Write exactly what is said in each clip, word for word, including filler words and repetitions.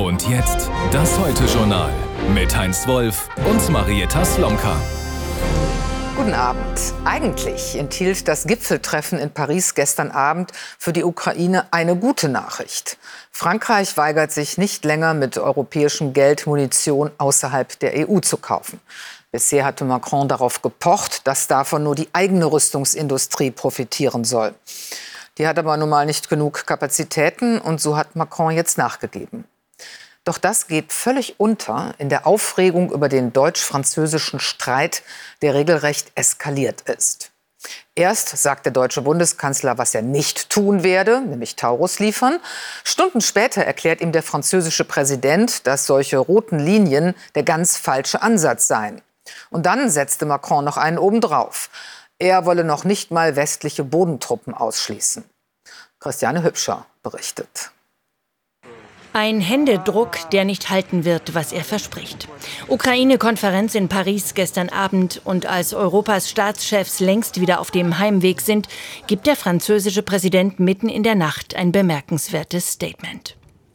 Und jetzt das Heute-Journal mit Heinz Wolf und Marietta Slomka. Guten Abend. Eigentlich enthielt das Gipfeltreffen in Paris gestern Abend für die Ukraine eine gute Nachricht. Frankreich weigert sich nicht länger, mit europäischem Geld Munition außerhalb der E U zu kaufen. Bisher hatte Macron darauf gepocht, dass davon nur die eigene Rüstungsindustrie profitieren soll. Die hat aber nun mal nicht genug Kapazitäten und so hat Macron jetzt nachgegeben. Doch das geht völlig unter in der Aufregung über den deutsch-französischen Streit, der regelrecht eskaliert ist. Erst sagt der deutsche Bundeskanzler, was er nicht tun werde, nämlich Taurus liefern. Stunden später erklärt ihm der französische Präsident, dass solche roten Linien der ganz falsche Ansatz seien. Und dann setzte Macron noch einen obendrauf. Er wolle noch nicht mal westliche Bodentruppen ausschließen. Christiane Hübscher berichtet. Ein Händedruck, der nicht halten wird, was er verspricht. Ukraine-Konferenz in Paris gestern Abend, und als Europas Staatschefs längst wieder auf dem Heimweg sind, gibt der französische Präsident mitten in der Nacht ein bemerkenswertes Statement.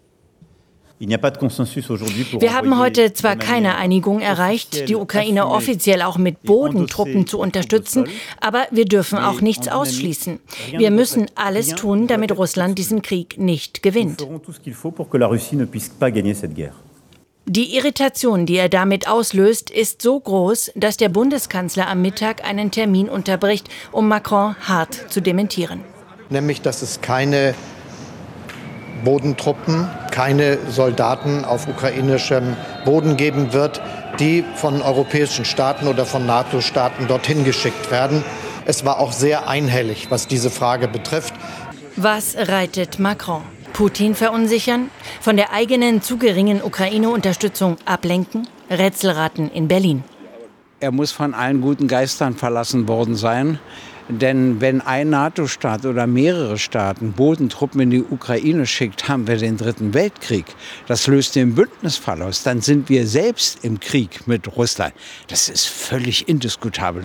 Wir haben heute zwar keine Einigung erreicht, die Ukraine offiziell auch mit Bodentruppen zu unterstützen, aber wir dürfen auch nichts ausschließen. Wir müssen alles tun, damit Russland diesen Krieg nicht gewinnt. Die Irritation, die er damit auslöst, ist so groß, dass der Bundeskanzler am Mittag einen Termin unterbricht, um Macron hart zu dementieren. Nämlich, dass es keine Bodentruppen, keine Soldaten auf ukrainischem Boden geben wird, die von europäischen Staaten oder von NATO-Staaten dorthin geschickt werden. Es war auch sehr einhellig, was diese Frage betrifft. Was reitet Macron? Putin verunsichern? Von der eigenen zu geringen Ukraine-Unterstützung ablenken? Rätselraten in Berlin. Er muss von allen guten Geistern verlassen worden sein. Denn wenn ein NATO-Staat oder mehrere Staaten Bodentruppen in die Ukraine schickt, haben wir den Dritten Weltkrieg. Das löst den Bündnisfall aus. Dann sind wir selbst im Krieg mit Russland. Das ist völlig indiskutabel.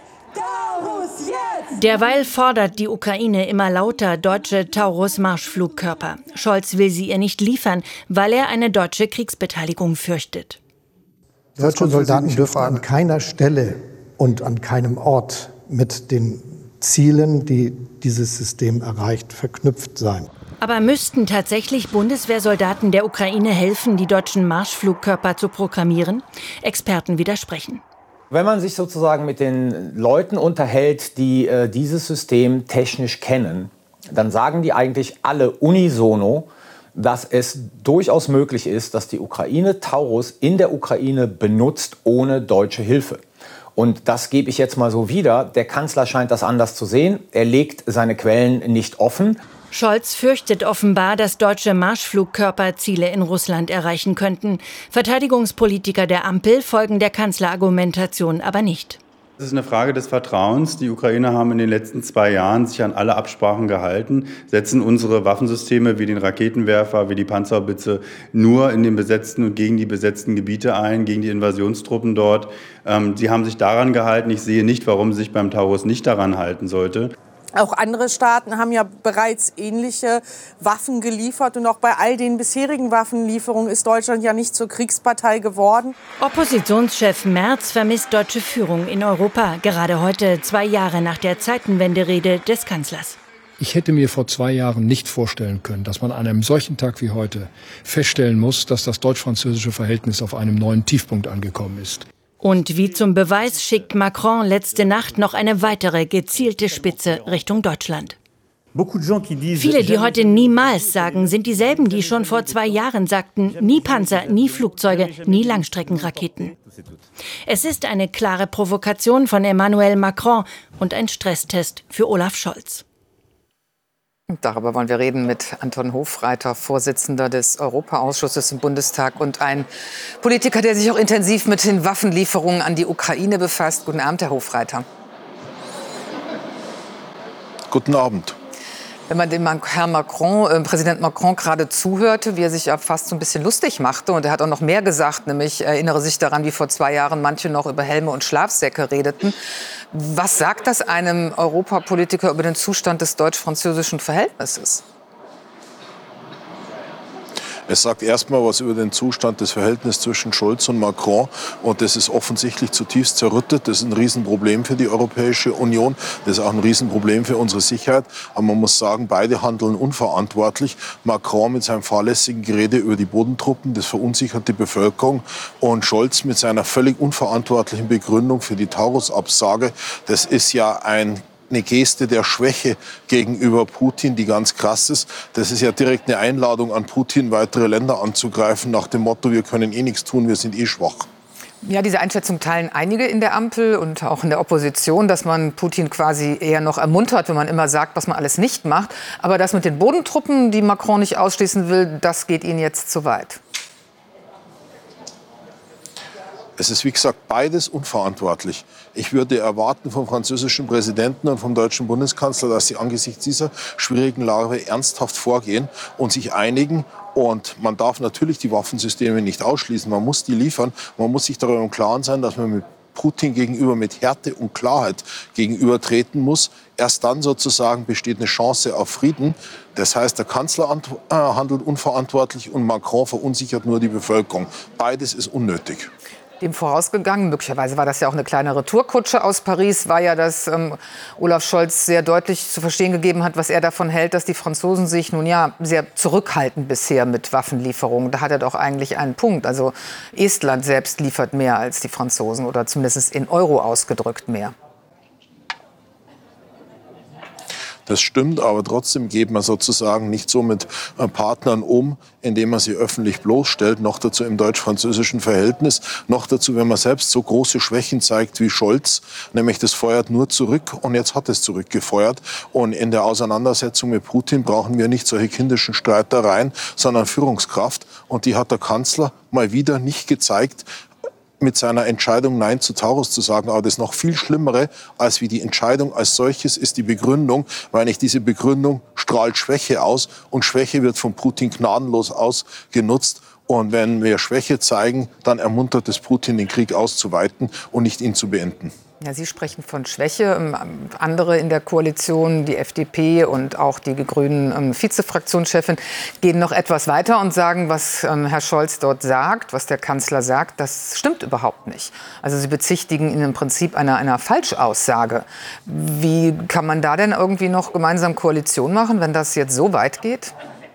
Derweil fordert die Ukraine immer lauter deutsche Taurus-Marschflugkörper. Scholz will sie ihr nicht liefern, weil er eine deutsche Kriegsbeteiligung fürchtet. Deutsche Soldaten dürfen an keiner Stelle und an keinem Ort mit den Zielen, die dieses System erreicht, verknüpft sein. Aber müssten tatsächlich Bundeswehrsoldaten der Ukraine helfen, die deutschen Marschflugkörper zu programmieren? Experten widersprechen. Wenn man sich sozusagen mit den Leuten unterhält, die äh, dieses System technisch kennen, dann sagen die eigentlich alle unisono, dass es durchaus möglich ist, dass die Ukraine Taurus in der Ukraine benutzt ohne deutsche Hilfe. Und das gebe ich jetzt mal so wieder. Der Kanzler scheint das anders zu sehen. Er legt seine Quellen nicht offen. Scholz fürchtet offenbar, dass deutsche Marschflugkörper Ziele in Russland erreichen könnten. Verteidigungspolitiker der Ampel folgen der Kanzlerargumentation aber nicht. Es ist eine Frage des Vertrauens. Die Ukrainer haben in den letzten zwei Jahren sich an alle Absprachen gehalten, setzen unsere Waffensysteme wie den Raketenwerfer, wie die Panzerhaubitze nur in den besetzten und gegen die besetzten Gebiete ein, gegen die Invasionstruppen dort. Sie haben sich daran gehalten. Ich sehe nicht, warum sie sich beim Taurus nicht daran halten sollte. Auch andere Staaten haben ja bereits ähnliche Waffen geliefert. Und auch bei all den bisherigen Waffenlieferungen ist Deutschland ja nicht zur Kriegspartei geworden. Oppositionschef Merz vermisst deutsche Führung in Europa. Gerade heute, zwei Jahre nach der Zeitenwende-Rede des Kanzlers. Ich hätte mir vor zwei Jahren nicht vorstellen können, dass man an einem solchen Tag wie heute feststellen muss, dass das deutsch-französische Verhältnis auf einem neuen Tiefpunkt angekommen ist. Und wie zum Beweis schickt Macron letzte Nacht noch eine weitere gezielte Spitze Richtung Deutschland. Viele, die heute niemals sagen, sind dieselben, die schon vor zwei Jahren sagten, nie Panzer, nie Flugzeuge, nie Langstreckenraketen. Es ist eine klare Provokation von Emmanuel Macron und ein Stresstest für Olaf Scholz. Darüber wollen wir reden mit Anton Hofreiter, Vorsitzender des Europaausschusses im Bundestag und ein Politiker, der sich auch intensiv mit den Waffenlieferungen an die Ukraine befasst. Guten Abend, Herr Hofreiter. Guten Abend. Wenn man dem Herrn Macron, äh, Präsident Macron gerade zuhörte, wie er sich ja fast so ein bisschen lustig machte, und er hat auch noch mehr gesagt, nämlich erinnere sich daran, wie vor zwei Jahren manche noch über Helme und Schlafsäcke redeten. Was sagt das einem Europapolitiker über den Zustand des deutsch-französischen Verhältnisses? Es sagt erstmal was über den Zustand des Verhältnisses zwischen Scholz und Macron. Und das ist offensichtlich zutiefst zerrüttet. Das ist ein Riesenproblem für die Europäische Union. Das ist auch ein Riesenproblem für unsere Sicherheit. Aber man muss sagen, beide handeln unverantwortlich. Macron mit seinem fahrlässigen Gerede über die Bodentruppen, das verunsichert die Bevölkerung. Und Scholz mit seiner völlig unverantwortlichen Begründung für die Taurus-Absage, das ist ja ein eine Geste der Schwäche gegenüber Putin, die ganz krass ist. Das ist ja direkt eine Einladung an Putin, weitere Länder anzugreifen, nach dem Motto, wir können eh nichts tun, wir sind eh schwach. Ja, diese Einschätzung teilen einige in der Ampel und auch in der Opposition, dass man Putin quasi eher noch ermuntert, wenn man immer sagt, was man alles nicht macht. Aber das mit den Bodentruppen, die Macron nicht ausschließen will, das geht Ihnen jetzt zu weit. Es ist, wie gesagt, beides unverantwortlich. Ich würde erwarten vom französischen Präsidenten und vom deutschen Bundeskanzler, dass sie angesichts dieser schwierigen Lage ernsthaft vorgehen und sich einigen. Und man darf natürlich die Waffensysteme nicht ausschließen. Man muss die liefern. Man muss sich darüber im Klaren sein, dass man mit Putin gegenüber mit Härte und Klarheit gegenübertreten muss. Erst dann sozusagen besteht eine Chance auf Frieden. Das heißt, der Kanzler handelt unverantwortlich und Macron verunsichert nur die Bevölkerung. Beides ist unnötig. Dem vorausgegangen, möglicherweise war das ja auch eine kleine Retourkutsche aus Paris, war ja, dass ähm, Olaf Scholz sehr deutlich zu verstehen gegeben hat, was er davon hält, dass die Franzosen sich nun ja sehr zurückhalten bisher mit Waffenlieferungen. Da hat er doch eigentlich einen Punkt. Also Estland selbst liefert mehr als die Franzosen oder zumindest in Euro ausgedrückt mehr. Das stimmt, aber trotzdem geht man sozusagen nicht so mit Partnern um, indem man sie öffentlich bloßstellt, noch dazu im deutsch-französischen Verhältnis, noch dazu, wenn man selbst so große Schwächen zeigt wie Scholz, nämlich das feuert nur zurück und jetzt hat es zurückgefeuert. Und in der Auseinandersetzung mit Putin brauchen wir nicht solche kindischen Streitereien, sondern Führungskraft. Und die hat der Kanzler mal wieder nicht gezeigt, mit seiner Entscheidung Nein zu Taurus zu sagen. Aber das noch viel Schlimmere als wie die Entscheidung als solches ist die Begründung, weil nicht diese Begründung strahlt Schwäche aus und Schwäche wird von Putin gnadenlos ausgenutzt. Und wenn wir Schwäche zeigen, dann ermuntert es Putin, den Krieg auszuweiten und nicht ihn zu beenden. Ja, Sie sprechen von Schwäche. Andere in der Koalition, die F D P und auch die Grünen Vizefraktionschefin, gehen noch etwas weiter und sagen, was Herr Scholz dort sagt, was der Kanzler sagt, das stimmt überhaupt nicht. Also sie bezichtigen ihn im Prinzip einer, einer Falschaussage. Wie kann man da denn irgendwie noch gemeinsam Koalition machen, wenn das jetzt so weit geht?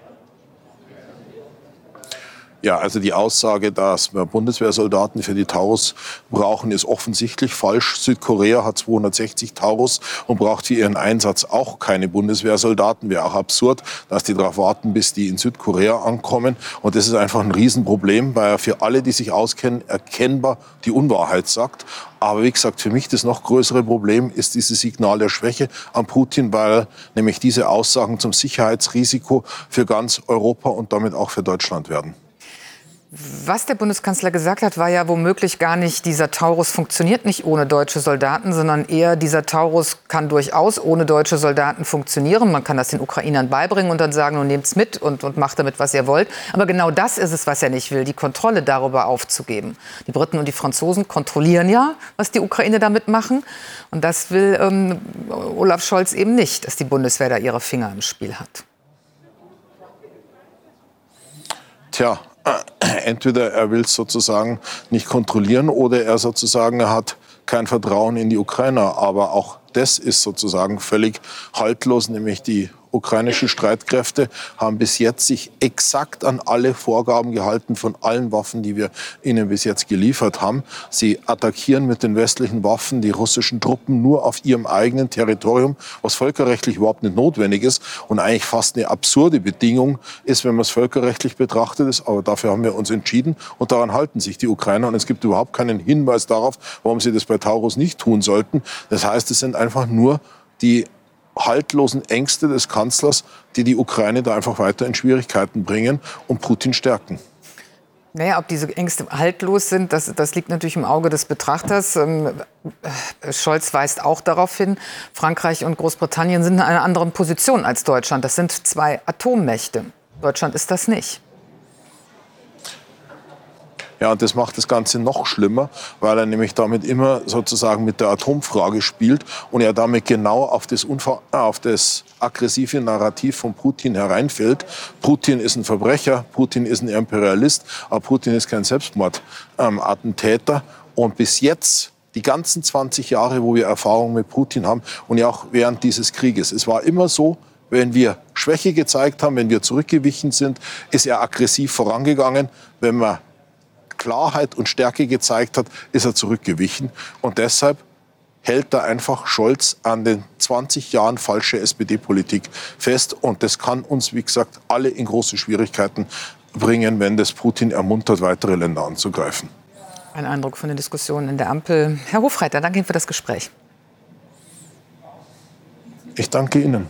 Ja, also die Aussage, dass wir Bundeswehrsoldaten für die Taurus brauchen, ist offensichtlich falsch. Südkorea hat zweihundertsechzig Taurus und braucht für ihren Einsatz auch keine Bundeswehrsoldaten. Wäre auch absurd, dass die darauf warten, bis die in Südkorea ankommen. Und das ist einfach ein Riesenproblem, weil er für alle, die sich auskennen, erkennbar die Unwahrheit sagt. Aber wie gesagt, für mich das noch größere Problem ist dieses Signal der Schwäche an Putin, weil nämlich diese Aussagen zum Sicherheitsrisiko für ganz Europa und damit auch für Deutschland werden. Was der Bundeskanzler gesagt hat, war ja womöglich gar nicht, dieser Taurus funktioniert nicht ohne deutsche Soldaten, sondern eher, dieser Taurus kann durchaus ohne deutsche Soldaten funktionieren. Man kann das den Ukrainern beibringen und dann sagen, nun nehmt's mit und, und macht damit, was ihr wollt. Aber genau das ist es, was er nicht will, die Kontrolle darüber aufzugeben. Die Briten und die Franzosen kontrollieren ja, was die Ukraine damit machen. Und das will ähm, Olaf Scholz eben nicht, dass die Bundeswehr da ihre Finger im Spiel hat. Tja, entweder er will es sozusagen nicht kontrollieren oder er sozusagen er hat kein Vertrauen in die Ukrainer. Aber auch das ist sozusagen völlig haltlos, nämlich die ukrainischen Streitkräfte haben bis jetzt sich exakt an alle Vorgaben gehalten von allen Waffen, die wir ihnen bis jetzt geliefert haben. Sie attackieren mit den westlichen Waffen die russischen Truppen nur auf ihrem eigenen Territorium, was völkerrechtlich überhaupt nicht notwendig ist und eigentlich fast eine absurde Bedingung ist, wenn man es völkerrechtlich betrachtet ist. Aber dafür haben wir uns entschieden und daran halten sich die Ukrainer. Und es gibt überhaupt keinen Hinweis darauf, warum sie das bei Taurus nicht tun sollten. Das heißt, es sind einfach nur die haltlosen Ängste des Kanzlers, die die Ukraine da einfach weiter in Schwierigkeiten bringen und Putin stärken. Naja, ob diese Ängste haltlos sind, das, das liegt natürlich im Auge des Betrachters. Ähm, Scholz weist auch darauf hin, Frankreich und Großbritannien sind in einer anderen Position als Deutschland. Das sind zwei Atommächte. Deutschland ist das nicht. Ja, und das macht das Ganze noch schlimmer, weil er nämlich damit immer sozusagen mit der Atomfrage spielt und er damit genau auf das, Unver- auf das aggressive Narrativ von Putin hereinfällt. Putin ist ein Verbrecher, Putin ist ein Imperialist, aber Putin ist kein Selbstmordattentäter. Und bis jetzt, die ganzen zwanzig Jahre, wo wir Erfahrung mit Putin haben und ja auch während dieses Krieges, es war immer so, wenn wir Schwäche gezeigt haben, wenn wir zurückgewichen sind, ist er aggressiv vorangegangen. Wenn man Klarheit und Stärke gezeigt hat, ist er zurückgewichen. Und deshalb hält da einfach Scholz an den zwanzig Jahren falsche S P D-Politik fest. Und das kann uns, wie gesagt, alle in große Schwierigkeiten bringen, wenn das Putin ermuntert, weitere Länder anzugreifen. Ein Eindruck von den Diskussionen in der Ampel. Herr Hofreiter, danke Ihnen für das Gespräch. Ich danke Ihnen.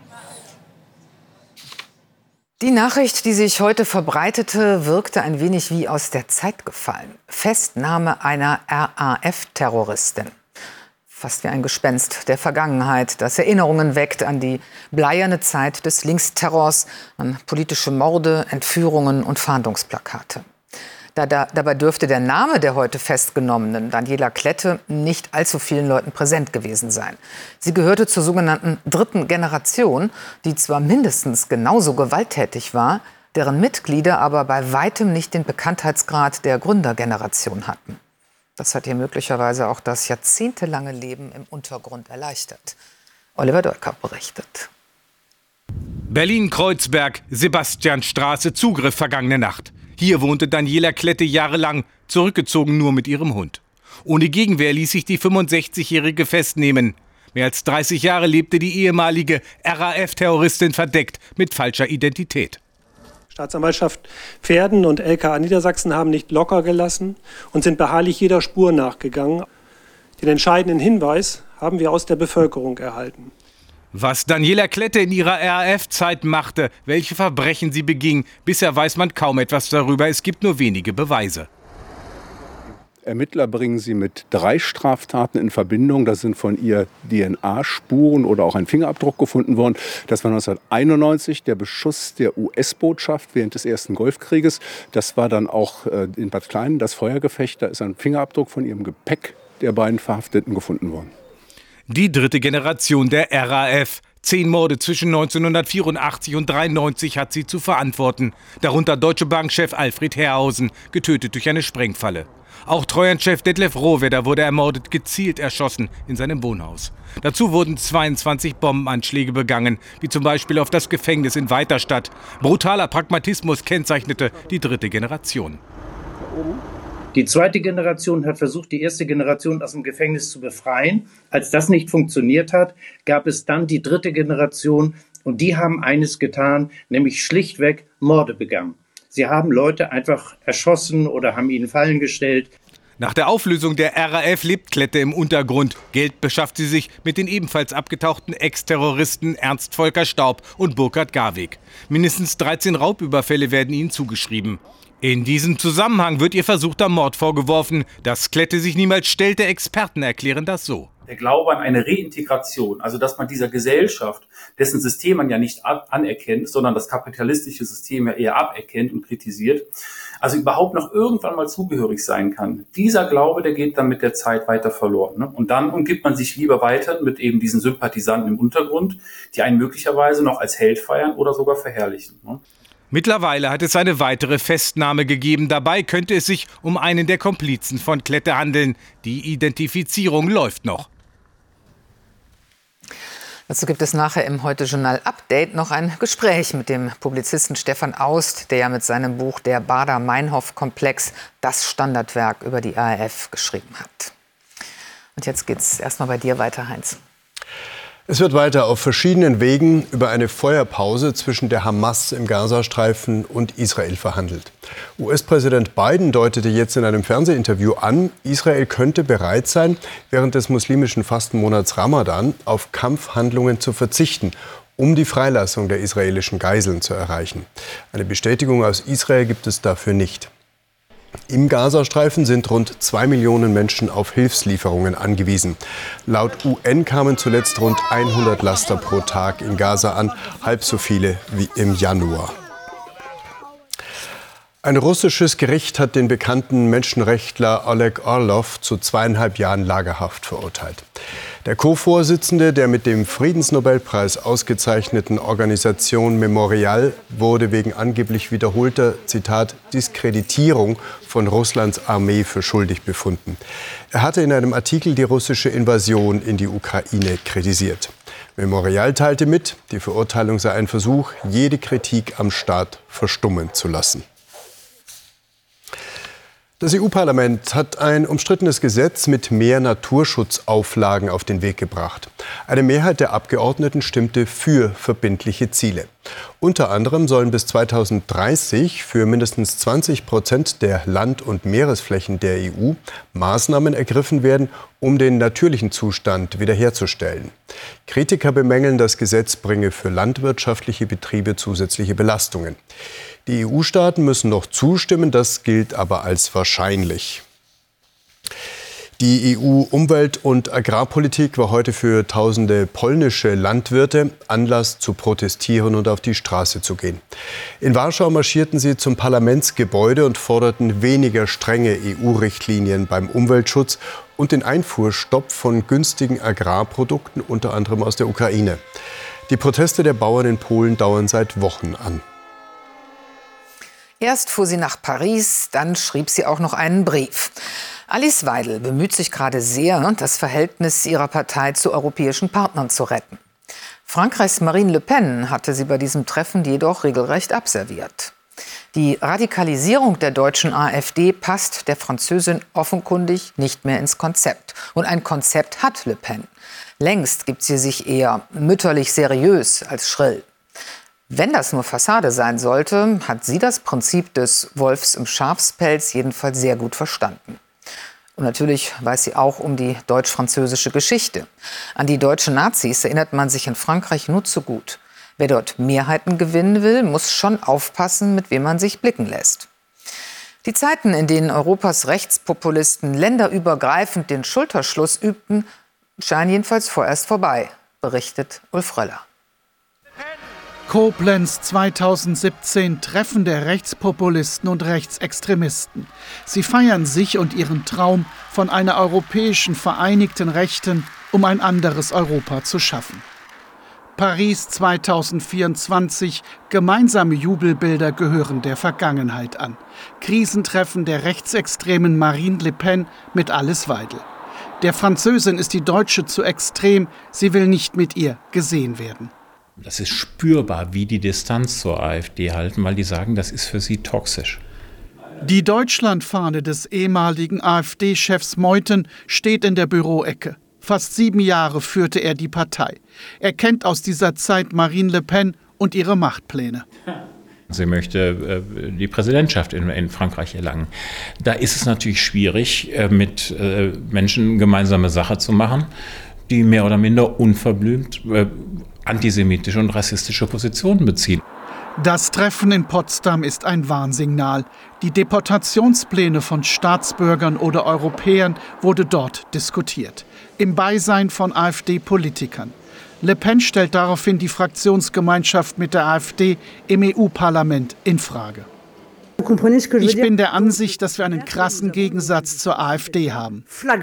Die Nachricht, die sich heute verbreitete, wirkte ein wenig wie aus der Zeit gefallen. Festnahme einer R A F-Terroristin. Fast wie ein Gespenst der Vergangenheit, das Erinnerungen weckt an die bleierne Zeit des Linksterrors, an politische Morde, Entführungen und Fahndungsplakate. Da, da, dabei dürfte der Name der heute Festgenommenen, Daniela Klette, nicht allzu vielen Leuten präsent gewesen sein. Sie gehörte zur sogenannten dritten Generation, die zwar mindestens genauso gewalttätig war, deren Mitglieder aber bei weitem nicht den Bekanntheitsgrad der Gründergeneration hatten. Das hat ihr möglicherweise auch das jahrzehntelange Leben im Untergrund erleichtert. Oliver Deuker berichtet. Berlin-Kreuzberg, Sebastianstraße, Zugriff vergangene Nacht. Hier wohnte Daniela Klette jahrelang, zurückgezogen nur mit ihrem Hund. Ohne Gegenwehr ließ sich die fünfundsechzigjährige festnehmen. Mehr als dreißig Jahre lebte die ehemalige R A F-Terroristin verdeckt mit falscher Identität. Staatsanwaltschaft Verden und L K A Niedersachsen haben nicht locker gelassen und sind beharrlich jeder Spur nachgegangen. Den entscheidenden Hinweis haben wir aus der Bevölkerung erhalten. Was Daniela Klette in ihrer R A F-Zeit machte, welche Verbrechen sie beging, bisher weiß man kaum etwas darüber. Es gibt nur wenige Beweise. Ermittler bringen sie mit drei Straftaten in Verbindung. Da sind von ihr D N A-Spuren oder auch ein Fingerabdruck gefunden worden. Das war neunzehnhunderteinundneunzig der Beschuss der U S-Botschaft während des ersten Golfkrieges. Das war dann auch in Bad Kleinen das Feuergefecht. Da ist ein Fingerabdruck von ihrem Gepäck der beiden Verhafteten gefunden worden. Die dritte Generation der R A F. Zehn Morde zwischen neunzehnhundertvierundachtzig und dreiundneunzig hat sie zu verantworten. Darunter Deutsche Bank-Chef Alfred Herrhausen, getötet durch eine Sprengfalle. Auch Treuhandchef Detlef Rohwedder wurde ermordet, gezielt erschossen in seinem Wohnhaus. Dazu wurden zweiundzwanzig Bombenanschläge begangen, wie zum Beispiel auf das Gefängnis in Weiterstadt. Brutaler Pragmatismus kennzeichnete die dritte Generation. Die zweite Generation hat versucht, die erste Generation aus dem Gefängnis zu befreien. Als das nicht funktioniert hat, gab es dann die dritte Generation und die haben eines getan, nämlich schlichtweg Morde begangen. Sie haben Leute einfach erschossen oder haben ihnen Fallen gestellt. Nach der Auflösung der R A F lebt Klette im Untergrund. Geld beschafft sie sich mit den ebenfalls abgetauchten Ex-Terroristen Ernst Volker Staub und Burkhard Garweg. Mindestens dreizehn Raubüberfälle werden ihnen zugeschrieben. In diesem Zusammenhang wird ihr versuchter Mord vorgeworfen. Dass Klette sich niemals stellte, Experten erklären das so. Der Glaube an eine Reintegration, also dass man dieser Gesellschaft, dessen System man ja nicht anerkennt, sondern das kapitalistische System ja eher aberkennt und kritisiert, also überhaupt noch irgendwann mal zugehörig sein kann. Dieser Glaube, der geht dann mit der Zeit weiter verloren. Ne? Und dann umgibt man sich lieber weiter mit eben diesen Sympathisanten im Untergrund, die einen möglicherweise noch als Held feiern oder sogar verherrlichen. Ne? Mittlerweile hat es eine weitere Festnahme gegeben. Dabei könnte es sich um einen der Komplizen von Klette handeln. Die Identifizierung läuft noch. Dazu gibt es nachher im Heute-Journal-Update noch ein Gespräch mit dem Publizisten Stefan Aust, der ja mit seinem Buch Der Baader-Meinhof-Komplex das Standardwerk über die R A F geschrieben hat. Und jetzt geht's erstmal bei dir weiter, Heinz. Es wird weiter auf verschiedenen Wegen über eine Feuerpause zwischen der Hamas im Gazastreifen und Israel verhandelt. U S-Präsident Biden deutete jetzt in einem Fernsehinterview an, Israel könnte bereit sein, während des muslimischen Fastenmonats Ramadan auf Kampfhandlungen zu verzichten, um die Freilassung der israelischen Geiseln zu erreichen. Eine Bestätigung aus Israel gibt es dafür nicht. Im Gazastreifen sind rund zwei Millionen Menschen auf Hilfslieferungen angewiesen. Laut U N kamen zuletzt rund hundert Laster pro Tag in Gaza an, halb so viele wie im Januar. Ein russisches Gericht hat den bekannten Menschenrechtler Oleg Orlov zu zweieinhalb Jahren Lagerhaft verurteilt. Der Co-Vorsitzende der mit dem Friedensnobelpreis ausgezeichneten Organisation Memorial wurde wegen angeblich wiederholter, Zitat, Diskreditierung von Russlands Armee für schuldig befunden. Er hatte in einem Artikel die russische Invasion in die Ukraine kritisiert. Memorial teilte mit, die Verurteilung sei ein Versuch, jede Kritik am Staat verstummen zu lassen. Das E U-Parlament hat ein umstrittenes Gesetz mit mehr Naturschutzauflagen auf den Weg gebracht. Eine Mehrheit der Abgeordneten stimmte für verbindliche Ziele. Unter anderem sollen bis zweitausenddreißig für mindestens zwanzig Prozent der Land- und Meeresflächen der E U Maßnahmen ergriffen werden, um den natürlichen Zustand wiederherzustellen. Kritiker bemängeln, das Gesetz bringe für landwirtschaftliche Betriebe zusätzliche Belastungen. Die E U-Staaten müssen noch zustimmen, das gilt aber als wahrscheinlich. Die E U-Umwelt- und Agrarpolitik war heute für tausende polnische Landwirte Anlass zu protestieren und auf die Straße zu gehen. In Warschau marschierten sie zum Parlamentsgebäude und forderten weniger strenge E U-Richtlinien beim Umweltschutz und den Einfuhrstopp von günstigen Agrarprodukten, unter anderem aus der Ukraine. Die Proteste der Bauern in Polen dauern seit Wochen an. Erst fuhr sie nach Paris, dann schrieb sie auch noch einen Brief. Alice Weidel bemüht sich gerade sehr, das Verhältnis ihrer Partei zu europäischen Partnern zu retten. Frankreichs Marine Le Pen hatte sie bei diesem Treffen jedoch regelrecht abserviert. Die Radikalisierung der deutschen AfD passt der Französin offenkundig nicht mehr ins Konzept. Und ein Konzept hat Le Pen. Längst gibt sie sich eher mütterlich seriös als schrill. Wenn das nur Fassade sein sollte, hat sie das Prinzip des Wolfs im Schafspelz jedenfalls sehr gut verstanden. Und natürlich weiß sie auch um die deutsch-französische Geschichte. An die deutschen Nazis erinnert man sich in Frankreich nur zu gut. Wer dort Mehrheiten gewinnen will, muss schon aufpassen, mit wem man sich blicken lässt. Die Zeiten, in denen Europas Rechtspopulisten länderübergreifend den Schulterschluss übten, scheinen jedenfalls vorerst vorbei, berichtet Ulf Röller. Koblenz zweitausendsiebzehn, Treffen der Rechtspopulisten und Rechtsextremisten. Sie feiern sich und ihren Traum von einer europäischen vereinigten Rechten, um ein anderes Europa zu schaffen. Paris zweitausendvierundzwanzig, gemeinsame Jubelbilder gehören der Vergangenheit an. Krisentreffen der rechtsextremen Marine Le Pen mit Alice Weidel. Der Französin ist die Deutsche zu extrem, sie will nicht mit ihr gesehen werden. Das ist spürbar, wie die Distanz zur AfD halten, weil die sagen, das ist für sie toxisch. Die Deutschlandfahne des ehemaligen AfD-Chefs Meuthen steht in der Büroecke. Fast sieben Jahre führte er die Partei. Er kennt aus dieser Zeit Marine Le Pen und ihre Machtpläne. Sie möchte äh, die Präsidentschaft in, in Frankreich erlangen. Da ist es natürlich schwierig, äh, mit äh, Menschen gemeinsame Sache zu machen, die mehr oder minder unverblümt äh, antisemitische und rassistische Positionen beziehen. Das Treffen in Potsdam ist ein Warnsignal. Die Deportationspläne von Staatsbürgern oder Europäern wurde dort diskutiert. Im Beisein von AfD-Politikern. Le Pen stellt daraufhin die Fraktionsgemeinschaft mit der AfD im E U-Parlament in Frage. Ich bin der Ansicht, dass wir einen krassen Gegensatz zur AfD haben.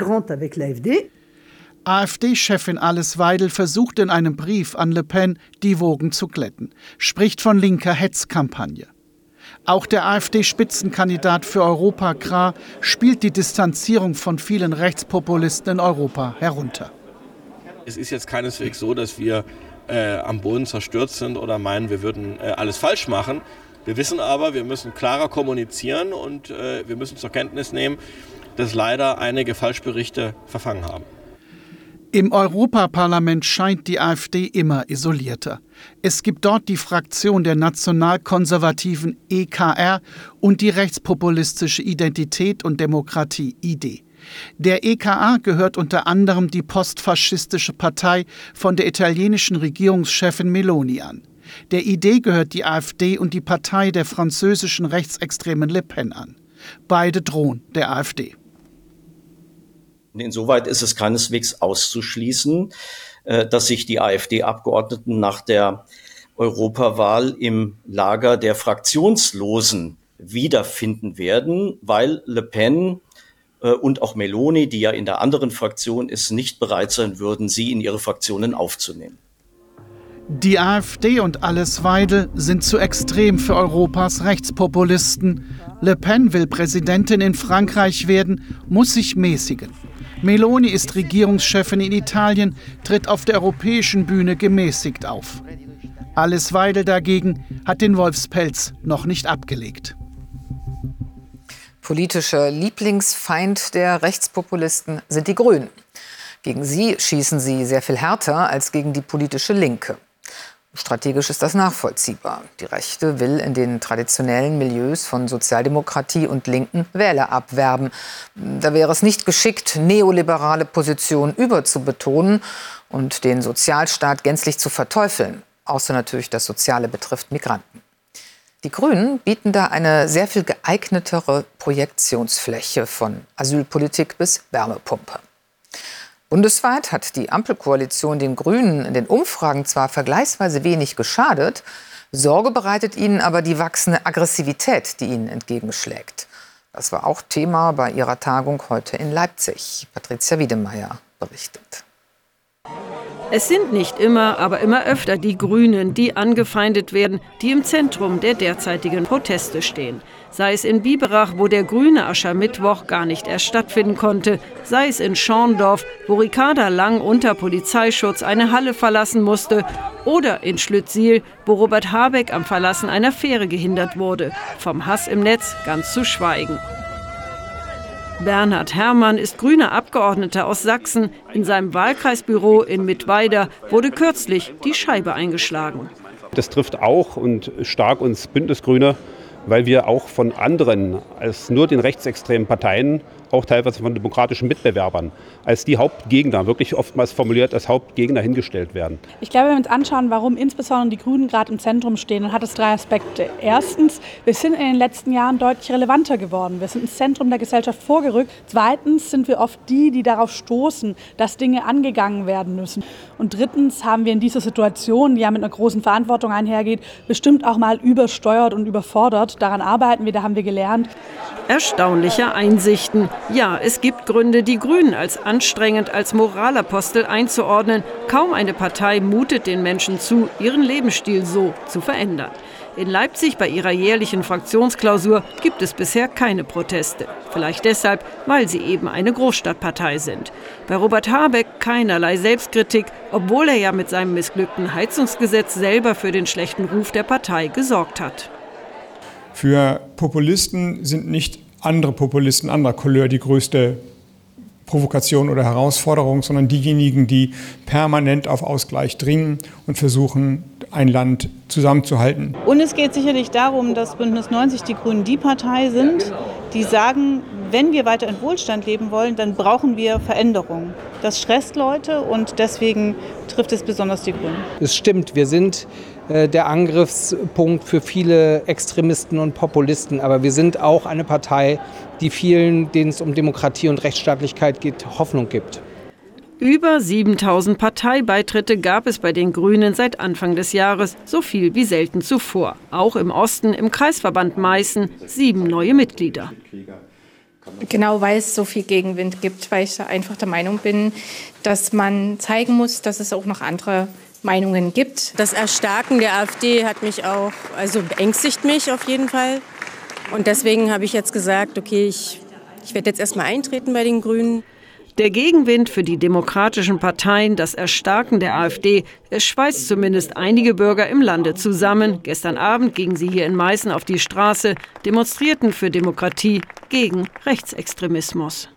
AfD-Chefin Alice Weidel versucht in einem Brief an Le Pen, die Wogen zu glätten, spricht von linker Hetzkampagne. Auch der AfD-Spitzenkandidat für Europa, Krah, spielt die Distanzierung von vielen Rechtspopulisten in Europa herunter. Es ist jetzt keineswegs so, dass wir äh, am Boden zerstört sind oder meinen, wir würden äh, alles falsch machen. Wir wissen aber, wir müssen klarer kommunizieren und äh, wir müssen zur Kenntnis nehmen, dass leider einige Falschberichte verfangen haben. Im Europaparlament scheint die AfD immer isolierter. Es gibt dort die Fraktion der nationalkonservativen E K R und die rechtspopulistische Identität und Demokratie I D. Der E K R gehört unter anderem die postfaschistische Partei von der italienischen Regierungschefin Meloni an. Der I D gehört die AfD und die Partei der französischen rechtsextremen Le Pen an. Beide drohen der AfD. Insoweit ist es keineswegs auszuschließen, dass sich die AfD-Abgeordneten nach der Europawahl im Lager der Fraktionslosen wiederfinden werden, weil Le Pen äh, und auch Meloni, die ja in der anderen Fraktion ist, nicht bereit sein würden, sie in ihre Fraktionen aufzunehmen. Die AfD und Alice Weidel sind zu extrem für Europas Rechtspopulisten. Le Pen will Präsidentin in Frankreich werden, muss sich mäßigen. Meloni ist Regierungschefin in Italien, tritt auf der europäischen Bühne gemäßigt auf. Alice Weidel dagegen hat den Wolfspelz noch nicht abgelegt. Politischer Lieblingsfeind der Rechtspopulisten sind die Grünen. Gegen sie schießen sie sehr viel härter als gegen die politische Linke. Strategisch ist das nachvollziehbar. Die Rechte will in den traditionellen Milieus von Sozialdemokratie und Linken Wähler abwerben. Da wäre es nicht geschickt, neoliberale Positionen überzubetonen und den Sozialstaat gänzlich zu verteufeln. Außer natürlich das Soziale betrifft Migranten. Die Grünen bieten da eine sehr viel geeignetere Projektionsfläche von Asylpolitik bis Wärmepumpe. Bundesweit hat die Ampelkoalition den Grünen in den Umfragen zwar vergleichsweise wenig geschadet, Sorge bereitet ihnen aber die wachsende Aggressivität, die ihnen entgegenschlägt. Das war auch Thema bei ihrer Tagung heute in Leipzig. Patricia Wiedemeyer berichtet. Es sind nicht immer, aber immer öfter die Grünen, die angefeindet werden, die im Zentrum der derzeitigen Proteste stehen. Sei es in Biberach, wo der grüne Aschermittwoch gar nicht erst stattfinden konnte, sei es in Schorndorf, wo Ricarda Lang unter Polizeischutz eine Halle verlassen musste, oder in Schlüttsiel, wo Robert Habeck am Verlassen einer Fähre gehindert wurde. Vom Hass im Netz ganz zu schweigen. Bernhard Herrmann ist grüner Abgeordneter aus Sachsen. In seinem Wahlkreisbüro in Mittweida wurde kürzlich die Scheibe eingeschlagen. Das trifft auch und stark uns Bündnisgrüne, weil wir auch von anderen als nur den rechtsextremen Parteien, auch teilweise von demokratischen Mitbewerbern, als die Hauptgegner, wirklich oftmals formuliert als Hauptgegner hingestellt werden. Ich glaube, wenn wir uns anschauen, warum insbesondere die Grünen gerade im Zentrum stehen, dann hat es drei Aspekte. Erstens, wir sind in den letzten Jahren deutlich relevanter geworden. Wir sind ins Zentrum der Gesellschaft vorgerückt. Zweitens sind wir oft die, die darauf stoßen, dass Dinge angegangen werden müssen. Und drittens haben wir in dieser Situation, die ja mit einer großen Verantwortung einhergeht, bestimmt auch mal übersteuert und überfordert. Daran arbeiten wir, da haben wir gelernt. Erstaunliche Einsichten. Ja, es gibt Gründe, die Grünen als anstrengend, als Moralapostel einzuordnen. Kaum eine Partei mutet den Menschen zu, ihren Lebensstil so zu verändern. In Leipzig bei ihrer jährlichen Fraktionsklausur gibt es bisher keine Proteste. Vielleicht deshalb, weil sie eben eine Großstadtpartei sind. Bei Robert Habeck keinerlei Selbstkritik, obwohl er ja mit seinem missglückten Heizungsgesetz selber für den schlechten Ruf der Partei gesorgt hat. Für Populisten sind nicht andere Populisten anderer Couleur die größte Provokation oder Herausforderung, sondern diejenigen, die permanent auf Ausgleich dringen und versuchen, ein Land zusammenzuhalten. Und es geht sicherlich darum, dass Bündnis neunzig die Grünen die Partei sind, die sagen, wenn wir weiter in Wohlstand leben wollen, dann brauchen wir Veränderung. Das stresst Leute und deswegen trifft es besonders die Grünen. Es stimmt, wir sind äh, der Angriffspunkt für viele Extremisten und Populisten. Aber wir sind auch eine Partei, die vielen, denen es um Demokratie und Rechtsstaatlichkeit geht, Hoffnung gibt. Über siebentausend Parteibeitritte gab es bei den Grünen seit Anfang des Jahres, so viel wie selten zuvor. Auch im Osten, im Kreisverband Meißen, sieben neue Mitglieder. Genau, weil es so viel Gegenwind gibt, weil ich da einfach der Meinung bin, dass man zeigen muss, dass es auch noch andere Meinungen gibt. Das Erstarken der AfD hat mich auch, also beängstigt mich auf jeden Fall. Und deswegen habe ich jetzt gesagt, okay, ich, ich werde jetzt erstmal eintreten bei den Grünen. Der Gegenwind für die demokratischen Parteien, das Erstarken der AfD, es schweißt zumindest einige Bürger im Lande zusammen. Gestern Abend gingen sie hier in Meißen auf die Straße, demonstrierten für Demokratie gegen Rechtsextremismus.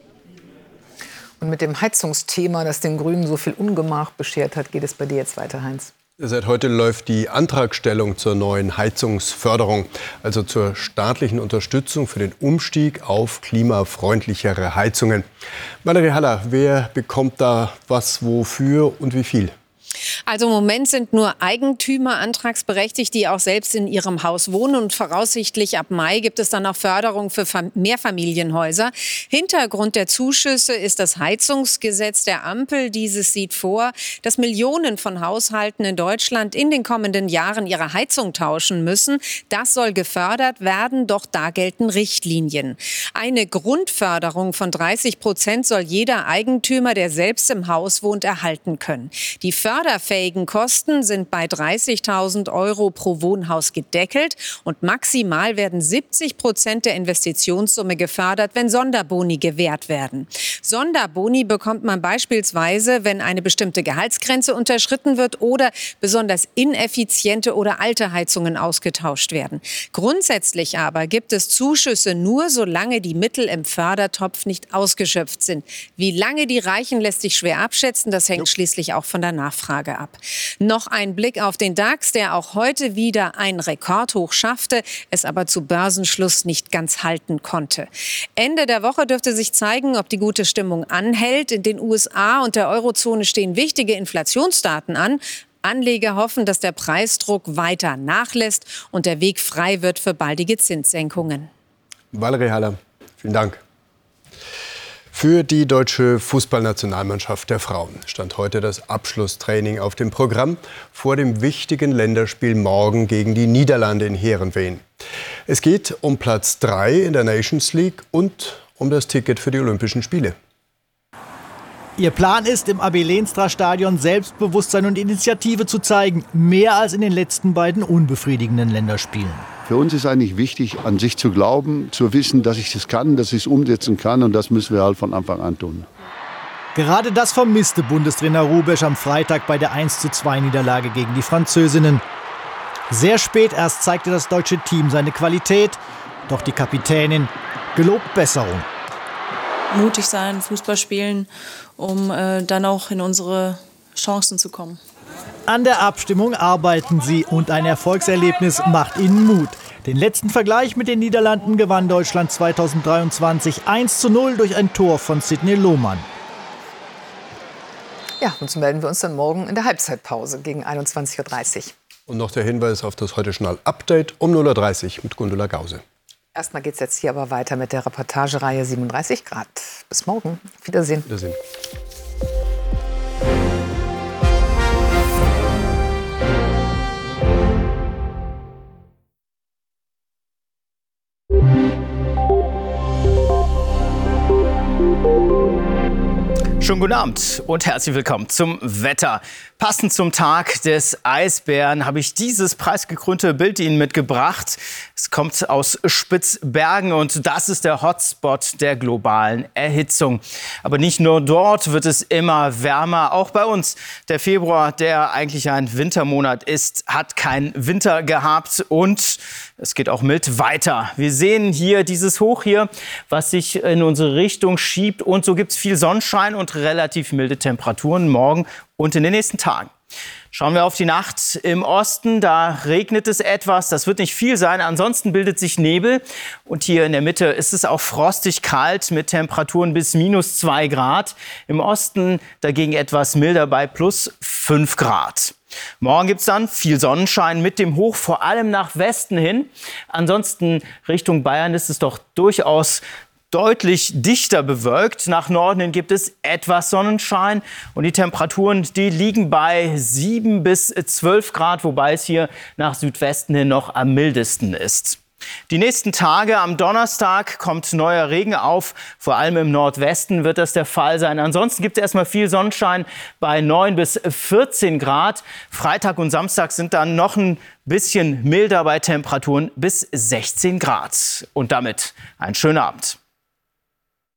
Und mit dem Heizungsthema, das den Grünen so viel Ungemach beschert hat, geht es bei dir jetzt weiter, Heinz. Seit heute läuft die Antragstellung zur neuen Heizungsförderung, also zur staatlichen Unterstützung für den Umstieg auf klimafreundlichere Heizungen. Valerie Haller, wer bekommt da was, wofür und wie viel? Also im Moment sind nur Eigentümer antragsberechtigt, die auch selbst in ihrem Haus wohnen. Und voraussichtlich ab Mai gibt es dann auch Förderung für Mehrfamilienhäuser. Hintergrund der Zuschüsse ist das Heizungsgesetz der Ampel. Dieses sieht vor, dass Millionen von Haushalten in Deutschland in den kommenden Jahren ihre Heizung tauschen müssen. Das soll gefördert werden, doch da gelten Richtlinien. Eine Grundförderung von dreißig Prozent soll jeder Eigentümer, der selbst im Haus wohnt, erhalten können. Die förderfähigen Kosten sind bei dreißigtausend Euro pro Wohnhaus gedeckelt und maximal werden siebzig Prozent der Investitionssumme gefördert, wenn Sonderboni gewährt werden. Sonderboni bekommt man beispielsweise, wenn eine bestimmte Gehaltsgrenze unterschritten wird oder besonders ineffiziente oder alte Heizungen ausgetauscht werden. Grundsätzlich aber gibt es Zuschüsse nur, solange die Mittel im Fördertopf nicht ausgeschöpft sind. Wie lange die reichen, lässt sich schwer abschätzen. Das hängt schließlich auch von der Nachfrage ab. Noch ein Blick auf den DAX, der auch heute wieder ein Rekordhoch schaffte, es aber zu Börsenschluss nicht ganz halten konnte. Ende der Woche dürfte sich zeigen, ob die gute Stimmung anhält. In den U S A und der Eurozone stehen wichtige Inflationsdaten an. Anleger hoffen, dass der Preisdruck weiter nachlässt und der Weg frei wird für baldige Zinssenkungen. Valerie Haller, vielen Dank. Für die deutsche Fußballnationalmannschaft der Frauen stand heute das Abschlusstraining auf dem Programm vor dem wichtigen Länderspiel morgen gegen die Niederlande in Heerenveen. Es geht um Platz drei in der Nations League und um das Ticket für die Olympischen Spiele. Ihr Plan ist, im Abel-Leenstra-Stadion Selbstbewusstsein und Initiative zu zeigen, mehr als in den letzten beiden unbefriedigenden Länderspielen. Für uns ist eigentlich wichtig, an sich zu glauben, zu wissen, dass ich das kann, dass ich es umsetzen kann, und das müssen wir halt von Anfang an tun. Gerade das vermisste Bundestrainer Rubesch am Freitag bei der eins zu zwei Niederlage gegen die Französinnen. Sehr spät erst zeigte das deutsche Team seine Qualität, doch die Kapitänin gelobt Besserung. Mutig sein, Fußball spielen, um äh, dann auch in unsere Chancen zu kommen. An der Abstimmung arbeiten sie und ein Erfolgserlebnis macht ihnen Mut. Den letzten Vergleich mit den Niederlanden gewann Deutschland zweitausenddreiundzwanzig eins zu null durch ein Tor von Sidney Lohmann. Ja, und so melden wir uns dann morgen in der Halbzeitpause gegen einundzwanzig Uhr dreißig. Und noch der Hinweis auf das Heute-Journal-Update um null Uhr dreißig mit Gundula Gause. Erstmal geht es jetzt hier aber weiter mit der Reportagereihe siebenunddreißig Grad. Bis morgen. Auf Wiedersehen. Wiedersehen. Schönen guten Abend und herzlich willkommen zum Wetter. Passend zum Tag des Eisbären habe ich dieses preisgekrönte Bild Ihnen mitgebracht. Es kommt aus Spitzbergen und das ist der Hotspot der globalen Erhitzung. Aber nicht nur dort wird es immer wärmer, auch bei uns. Der Februar, der eigentlich ein Wintermonat ist, hat keinen Winter gehabt und es geht auch mild weiter. Wir sehen hier dieses Hoch hier, was sich in unsere Richtung schiebt und so gibt es viel Sonnenschein und relativ milde Temperaturen morgen und in den nächsten Tagen. Schauen wir auf die Nacht im Osten, da regnet es etwas, das wird nicht viel sein, ansonsten bildet sich Nebel und hier in der Mitte ist es auch frostig kalt mit Temperaturen bis minus zwei Grad. Im Osten dagegen etwas milder bei plus fünf Grad. Morgen gibt es dann viel Sonnenschein mit dem Hoch vor allem nach Westen hin. Ansonsten Richtung Bayern ist es doch durchaus deutlich dichter bewölkt. Nach Norden hin gibt es etwas Sonnenschein und die Temperaturen, die liegen bei sieben bis zwölf Grad, wobei es hier nach Südwesten hin noch am mildesten ist. Die nächsten Tage, am Donnerstag kommt neuer Regen auf, vor allem im Nordwesten wird das der Fall sein. Ansonsten gibt es erstmal viel Sonnenschein bei neun bis vierzehn Grad. Freitag und Samstag sind dann noch ein bisschen milder bei Temperaturen bis sechzehn Grad. Und damit einen schönen Abend.